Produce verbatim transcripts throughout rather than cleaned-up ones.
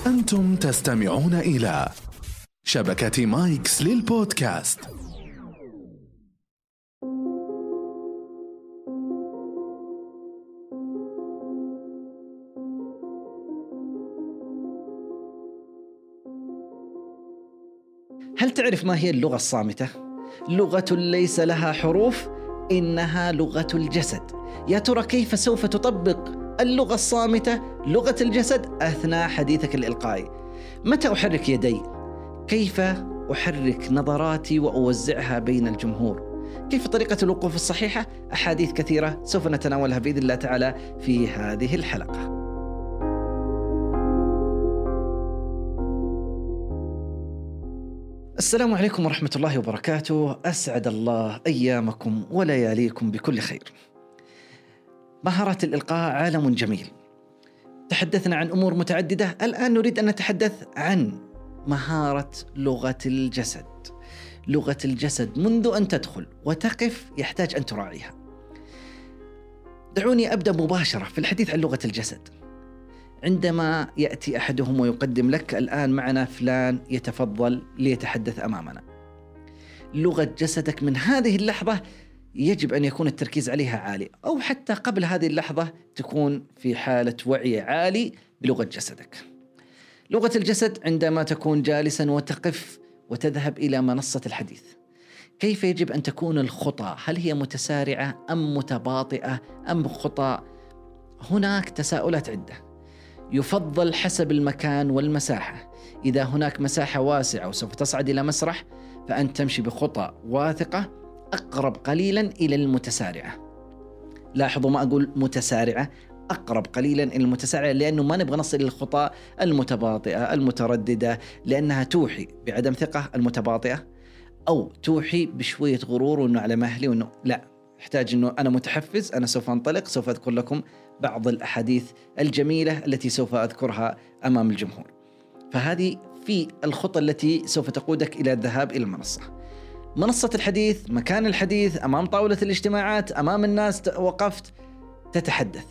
أنتم تستمعون إلى شبكة مايكس للبودكاست. هل تعرف ما هي اللغة الصامتة؟ لغة ليس لها حروف، إنها لغة الجسد. يا ترى كيف سوف تطبق اللغة الصامتة لغة الجسد أثناء حديثك الإلقائي؟ متى أحرك يدي؟ كيف أحرك نظراتي وأوزعها بين الجمهور؟ كيف طريقة الوقوف الصحيحة؟ أحاديث كثيرة سوف نتناولها بإذن الله تعالى في هذه الحلقة. السلام عليكم ورحمة الله وبركاته. أسعد الله أيامكم ولياليكم بكل خير. مهارات الإلقاء عالم جميل، تحدثنا عن أمور متعددة. الآن نريد أن نتحدث عن مهارة لغة الجسد. لغة الجسد منذ أن تدخل وتقف يحتاج أن تراعيها. دعوني أبدأ مباشرة في الحديث عن لغة الجسد. عندما يأتي أحدهم ويقدم لك الآن معنا فلان يتفضل ليتحدث أمامنا، لغة جسدك من هذه اللحظة يجب أن يكون التركيز عليها عالي، أو حتى قبل هذه اللحظة تكون في حالة وعي عالي بلغة جسدك. لغة الجسد عندما تكون جالسا وتقف وتذهب إلى منصة الحديث، كيف يجب أن تكون الخطى؟ هل هي متسارعة أم متباطئة أم خطى؟ هناك تساؤلات عدة. يفضل حسب المكان والمساحة. إذا هناك مساحة واسعة وسوف تصعد إلى مسرح، فأنت تمشي بخطى واثقة أقرب قليلا إلى المتسارعة. لاحظوا ما أقول متسارعة، أقرب قليلا إلى المتسارعة، لأنه ما نبغى نصل إلى الخطى المتباطئة المترددة، لأنها توحي بعدم ثقة المتباطئة، أو توحي بشوية غرور وأنه على مهلي، وأنه لا، احتاج أنه أنا متحفز، أنا سوف أنطلق، سوف أذكر لكم بعض الأحاديث الجميلة التي سوف أذكرها أمام الجمهور. فهذه في الخطة التي سوف تقودك إلى الذهاب إلى المنصة. منصة الحديث، مكان الحديث، أمام طاولة الاجتماعات، أمام الناس وقفت تتحدث،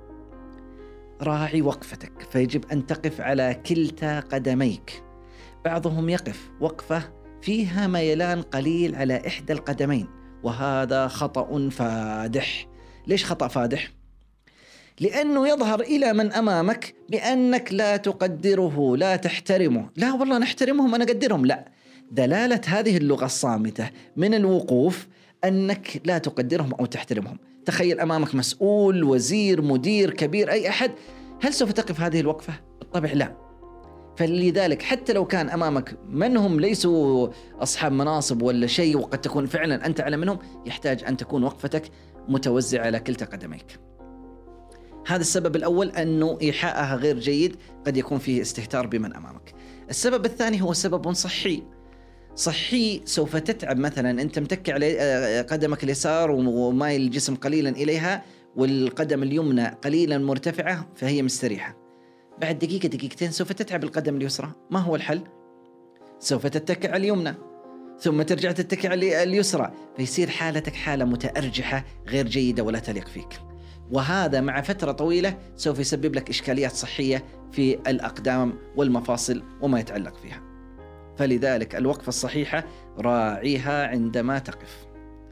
راعي وقفتك، فيجب أن تقف على كلتا قدميك. بعضهم يقف وقفة فيها ميلان قليل على إحدى القدمين، وهذا خطأ فادح. ليش خطأ فادح؟ لأنه يظهر إلى من أمامك بأنك لا تقدره، لا تحترمه. لا والله نحترمهم، أنا أقدرهم. لا، دلالة هذه اللغة الصامتة من الوقوف أنك لا تقدرهم أو تحترمهم. تخيل أمامك مسؤول، وزير، مدير كبير، أي أحد، هل سوف تقف هذه الوقفة؟ بالطبع لا. فلذلك حتى لو كان أمامك من هم ليسوا أصحاب مناصب ولا شيء، وقد تكون فعلا أنت أعلى منهم، يحتاج أن تكون وقفتك متوزعة على كلتا قدميك. هذا السبب الأول، أنه إيحاءها غير جيد، قد يكون فيه استهتار بمن أمامك. السبب الثاني هو سبب صحي. صحي، سوف تتعب. مثلا أنت متكي على قدمك اليسار ومايل الجسم قليلا إليها، والقدم اليمنى قليلا مرتفعة، فهي مستريحة. بعد دقيقة دقيقتين سوف تتعب القدم اليسرى. ما هو الحل؟ سوف تتكي على اليمنى، ثم ترجع تتكي على اليسرى، فيصير حالتك حالة متأرجحة غير جيدة ولا تليق فيك. وهذا مع فترة طويلة سوف يسبب لك إشكاليات صحية في الأقدام والمفاصل وما يتعلق فيها. فلذلك الوقفة الصحيحة راعيها عندما تقف.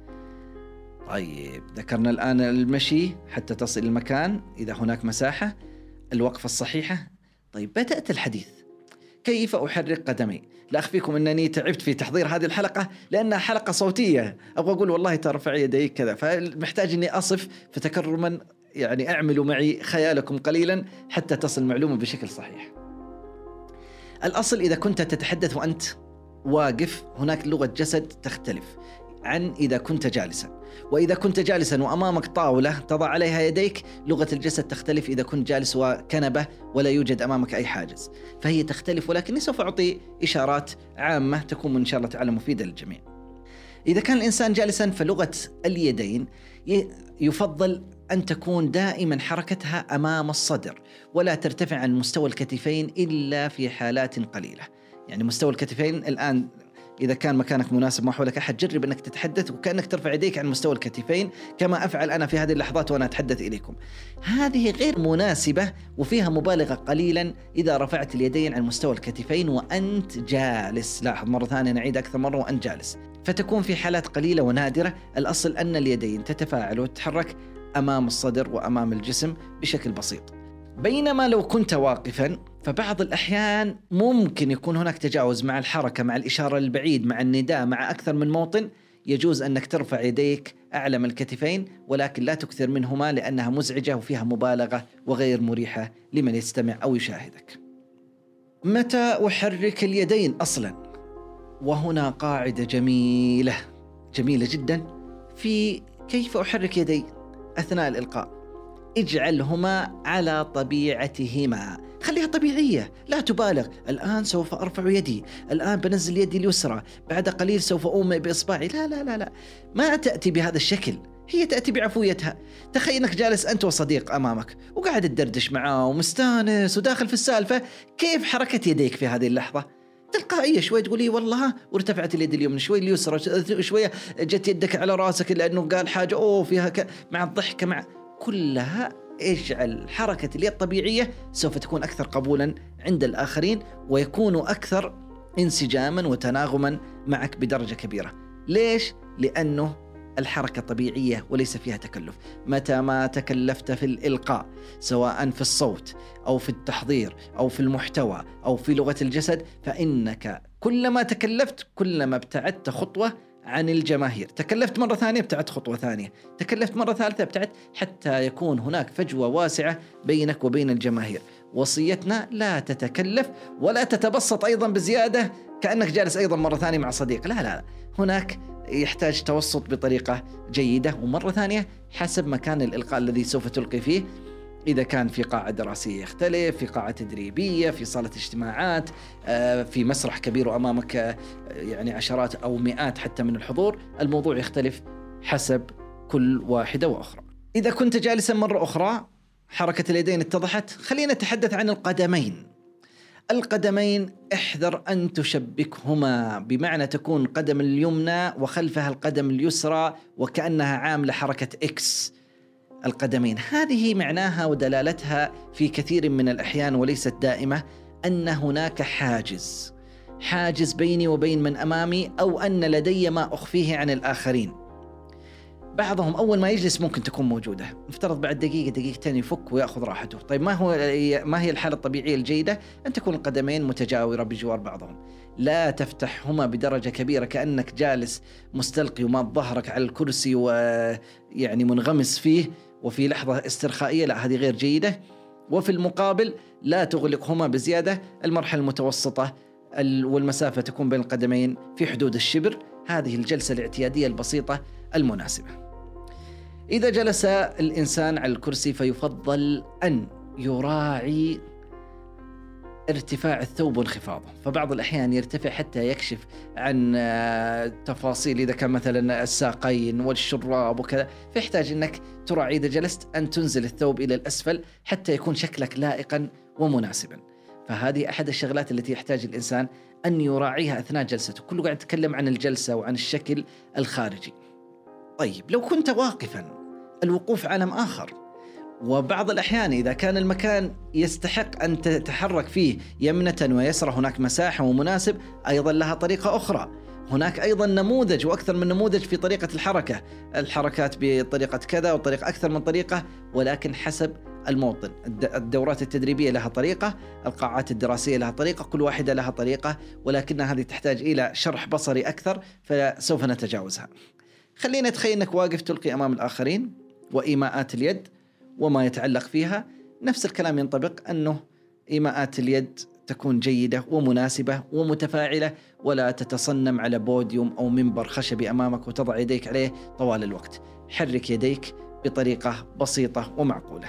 طيب، ذكرنا الآن المشي حتى تصل المكان إذا هناك مساحة، الوقفة الصحيحة. طيب، بدأت الحديث، كيف أحرك قدمي؟ لا أخفيكم أنني تعبت في تحضير هذه الحلقة، لأنها حلقة صوتية، أبغى أقول والله ترفع يديك كذا، فمحتاج أني أصف، فتكرما يعني أعملوا معي خيالكم قليلا حتى تصل المعلومة بشكل صحيح. الأصل إذا كنت تتحدث وأنت واقف، هناك لغة جسد تختلف عن إذا كنت جالسا. وإذا كنت جالسا وأمامك طاولة تضع عليها يديك، لغة الجسد تختلف إذا كنت جالس وكنبة ولا يوجد أمامك أي حاجز، فهي تختلف. ولكني سوف أعطي إشارات عامة تكون إن شاء الله تعالى مفيدة للجميع. إذا كان الإنسان جالسا، فلغة اليدين يفضل أن تكون دائما حركتها أمام الصدر، ولا ترتفع عن مستوى الكتفين إلا في حالات قليلة. يعني مستوى الكتفين الآن إذا كان مكانك مناسب ما حولك أحد، جرب أنك تتحدث وكأنك ترفع يديك عن مستوى الكتفين كما أفعل أنا في هذه اللحظات وأنا أتحدث إليكم. هذه غير مناسبة وفيها مبالغة قليلا إذا رفعت اليدين عن مستوى الكتفين وأنت جالس. لاحظ مرة ثانية، نعيد أكثر مرة، وأنت جالس. فتكون في حالات قليلة ونادرة. الأصل أن اليدين تتفاعل وتتحرك أمام الصدر وأمام الجسم بشكل بسيط. بينما لو كنت واقفا فبعض الأحيان ممكن يكون هناك تجاوز مع الحركة، مع الإشارة البعيد، مع النداء، مع أكثر من موطن. يجوز أنك ترفع يديك أعلى من الكتفين، ولكن لا تكثر منهما لأنها مزعجة وفيها مبالغة وغير مريحة لمن يستمع أو يشاهدك. متى أحرك اليدين أصلا؟ وهنا قاعدة جميلة جميلة جدا في كيف أحرك يدي أثناء الإلقاء. اجعلهما على طبيعتهما، خليها طبيعية، لا تبالغ. الآن سوف أرفع يدي، الآن بنزل يدي اليسرى، بعد قليل سوف أومئ بإصبعي. لا لا لا لا، ما تأتي بهذا الشكل، هي تأتي بعفويتها. تخيل أنك جالس أنت وصديق أمامك وقاعد تدردش معاه ومستانس وداخل في السالفة، كيف حركة يديك في هذه اللحظة؟ تلقائية، شوي تقولي والله وارتفعت اليد اليمنى، شوي اليسرى، شوية جت يدك على راسك لأنه قال حاجة أوه فيها ك... مع الضحكة، مع كلها. اجعل حركة اليد طبيعية، سوف تكون أكثر قبولا عند الآخرين ويكونوا أكثر انسجاما وتناغما معك بدرجة كبيرة. ليش؟ لأنه الحركة طبيعية وليس فيها تكلف. متى ما تكلفت في الإلقاء سواء في الصوت أو في التحضير أو في المحتوى أو في لغة الجسد، فإنك كلما تكلفت كلما ابتعدت خطوة عن الجماهير. تكلفت مرة ثانية ابتعدت خطوة ثانية، تكلفت مرة ثالثة ابتعدت، حتى يكون هناك فجوة واسعة بينك وبين الجماهير. وصيتنا لا تتكلف ولا تتبسط أيضا بزيادة كأنك جالس أيضا مرة ثانية مع صديق. لا لا، هناك يحتاج توسط بطريقة جيدة. ومرة ثانية حسب مكان الإلقاء الذي سوف تلقي فيه، إذا كان في قاعة دراسية يختلف، في قاعة تدريبية، في صالة اجتماعات، في مسرح كبير وأمامك يعني عشرات أو مئات حتى من الحضور، الموضوع يختلف حسب كل واحدة وأخرى. إذا كنت جالسا مرة أخرى، حركة اليدين اتضحت. خلينا نتحدث عن القدمين. القدمين احذر أن تشبكهما، بمعنى تكون قدم اليمنى وخلفها القدم اليسرى وكأنها عاملة حركة إكس. القدمين هذه معناها ودلالتها في كثير من الأحيان وليست دائمة أن هناك حاجز حاجز بيني وبين من أمامي، أو أن لدي ما أخفيه عن الآخرين. بعضهم أول ما يجلس ممكن تكون موجودة، نفترض بعد دقيقة دقيقتين يفك ويأخذ راحته. طيب ما هو ما هي الحالة الطبيعية الجيدة؟ أن تكون القدمين متجاورة بجوار بعضهم، لا تفتحهما بدرجة كبيرة كأنك جالس مستلقي وما ظهرك على الكرسي ويعني منغمس فيه وفي لحظة استرخائية، لا، هذه غير جيدة. وفي المقابل لا تغلقهما بزيادة. المرحلة المتوسطة والمسافة تكون بين القدمين في حدود الشبر، هذه الجلسة الاعتيادية البسيطة المناسبة. إذا جلس الإنسان على الكرسي فيفضل أن يراعي ارتفاع الثوب وانخفاضه، فبعض الأحيان يرتفع حتى يكشف عن تفاصيل إذا كان مثلا الساقين والشراب وكذا، فيحتاج أنك تراعي إذا جلست أن تنزل الثوب إلى الأسفل حتى يكون شكلك لائقا ومناسبا. فهذه أحد الشغلات التي يحتاج الإنسان أن يراعيها أثناء جلسته. كله قاعد يتكلم عن الجلسة وعن الشكل الخارجي. طيب لو كنت واقفا، الوقوف عالم آخر. وبعض الأحيان إذا كان المكان يستحق أن تتحرك فيه يمنة ويسرى، هناك مساحة ومناسب، أيضا لها طريقة أخرى. هناك أيضا نموذج وأكثر من نموذج في طريقة الحركة، الحركات بطريقة كذا وطريقة أكثر من طريقة، ولكن حسب الموطن. الدورات التدريبية لها طريقة، القاعات الدراسية لها طريقة، كل واحدة لها طريقة، ولكن هذه تحتاج إلى شرح بصري أكثر فسوف نتجاوزها. خلينا نتخيل أنك واقف تلقي أمام الآخرين وإيماءات اليد وما يتعلق فيها. نفس الكلام ينطبق، أنه إيماءات اليد تكون جيدة ومناسبة ومتفاعلة، ولا تتصنم على بوديوم أو منبر خشبي أمامك وتضع يديك عليه طوال الوقت. حرك يديك بطريقة بسيطة ومعقولة.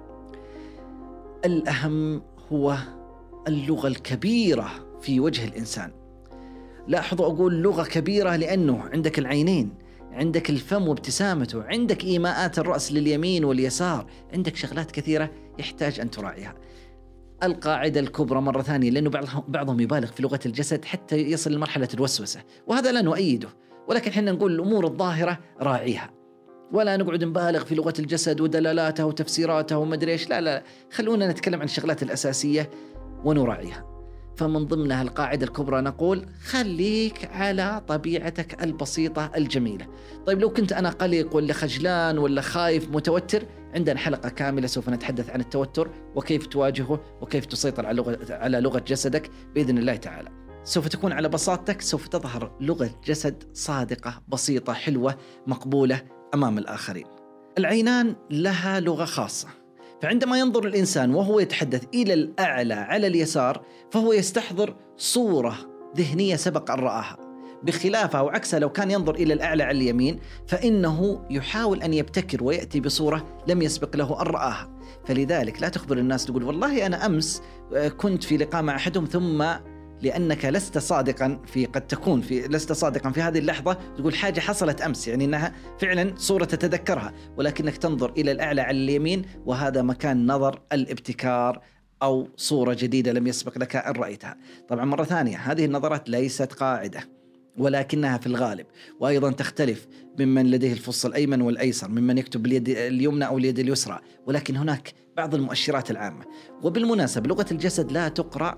الأهم هو اللغة الكبيرة في وجه الإنسان. لاحظوا أقول لغة كبيرة لأنه عندك العينين، عندك الفم وابتسامته، عندك إيماءات الرأس لليمين واليسار، عندك شغلات كثيرة يحتاج أن تراعيها. القاعدة الكبرى مرة ثانية، لأنه بعضهم يبالغ في لغة الجسد حتى يصل لمرحلة الوسوسة، وهذا لا نؤيده، ولكن حنا نقول الأمور الظاهرة راعيها، ولا نقعد نبالغ في لغة الجسد ودلالاتها وتفسيراتها ومدري إيش. لا لا، خلونا نتكلم عن الشغلات الأساسية ونراعيها. فمن ضمنها القاعدة الكبرى نقول خليك على طبيعتك البسيطة الجميلة. طيب لو كنت أنا قلق ولا خجلان ولا خايف متوتر، عندنا حلقة كاملة سوف نتحدث عن التوتر وكيف تواجهه وكيف تسيطر على لغة, على لغة جسدك بإذن الله تعالى. سوف تكون على بساطتك، سوف تظهر لغة جسد صادقة بسيطة حلوة مقبولة أمام الآخرين. العينان لها لغة خاصة، فعندما ينظر الإنسان وهو يتحدث إلى الأعلى على اليسار فهو يستحضر صورة ذهنية سبق أن رآها، بخلافها وعكسها لو كان ينظر إلى الأعلى على اليمين فإنه يحاول أن يبتكر ويأتي بصورة لم يسبق له أن رآها. فلذلك لا تخبر الناس تقول والله أنا أمس كنت في لقاء مع أحدهم، ثم لأنك لست صادقا في قد تكون في لست صادقا في هذه اللحظة تقول حاجة حصلت أمس، يعني أنها فعلا صورة تتذكرها، ولكنك تنظر إلى الأعلى على اليمين وهذا مكان نظر الابتكار أو صورة جديدة لم يسبق لك أن رأيتها. طبعا مرة ثانية هذه النظرات ليست قاعدة، ولكنها في الغالب، وأيضا تختلف ممن لديه الفص الأيمن والأيسر، ممن يكتب باليد اليمنى أو اليد اليسرى، ولكن هناك بعض المؤشرات العامة. وبالمناسبة لغة الجسد لا تقرأ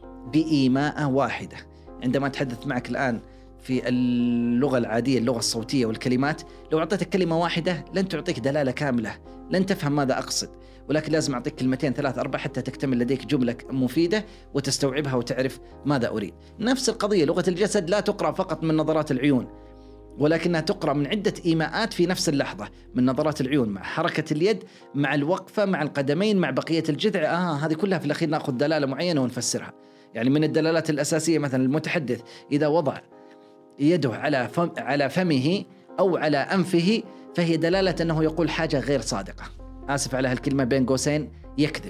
بإيماءة واحدة. عندما أتحدث معك الآن في اللغة العادية اللغة الصوتية والكلمات، لو أعطيتك كلمة واحدة لن تعطيك دلالة كاملة، لن تفهم ماذا أقصد، ولكن لازم أعطيك كلمتين ثلاث أربع حتى تكتمل لديك جملة مفيدة وتستوعبها وتعرف ماذا أريد. نفس القضية لغة الجسد لا تقرأ فقط من نظرات العيون، ولكنها تقرأ من عدة إيماءات في نفس اللحظة، من نظرات العيون مع حركة اليد مع الوقفة مع القدمين مع بقية الجذع. آه هذه كلها في الأخير نأخذ دلالة معينة ونفسرها. يعني من الدلالات الأساسية مثلا المتحدث إذا وضع يده على فم على فمه أو على أنفه فهي دلالة أنه يقول حاجة غير صادقة. آسف على هالكلمة بين قوسين، يكذب.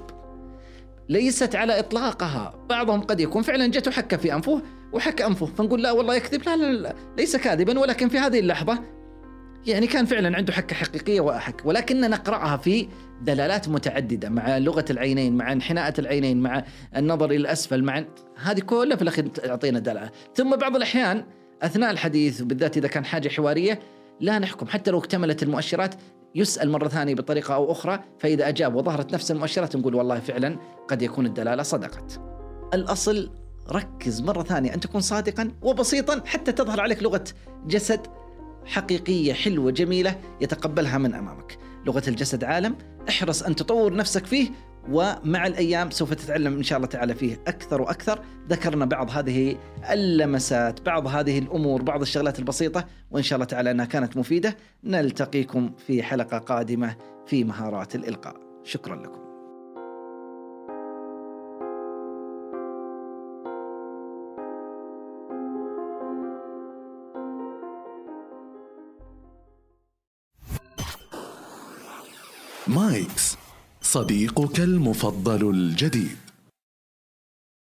ليست على إطلاقها، بعضهم قد يكون فعلا جت حكة في أنفه وحك أنفه فنقول لا والله يكذب، لا لا لا ليس كاذبا، ولكن في هذه اللحظة يعني كان فعلا عنده حكة حقيقية وأحك، ولكن نقرأها في دلالات متعددة مع لغة العينين مع انحناءة العينين مع النظر إلى الأسفل مع هذه كلها في الأخير تعطينا دلالة. ثم بعض الأحيان أثناء الحديث بالذات إذا كان حاجة حوارية لا نحكم حتى لو اكتملت المؤشرات، يسأل مرة ثانية بطريقة أو أخرى، فإذا أجاب وظهرت نفس المؤشرات نقول والله فعلا قد يكون الدلالة صدقت. الأصل ركز مرة ثانية أن تكون صادقا وبسيطا حتى تظهر عليك لغة جسد حقيقية حلوة جميلة يتقبلها من أمامك. لغة الجسد عالم، احرص أن تطور نفسك فيه، ومع الأيام سوف تتعلم إن شاء الله تعالى فيه أكثر وأكثر. ذكرنا بعض هذه اللمسات، بعض هذه الأمور، بعض الشغلات البسيطة، وإن شاء الله تعالى أنها كانت مفيدة. نلتقيكم في حلقة قادمة في مهارات الإلقاء. شكرا لكم. مايكس، صديقك المفضل الجديد.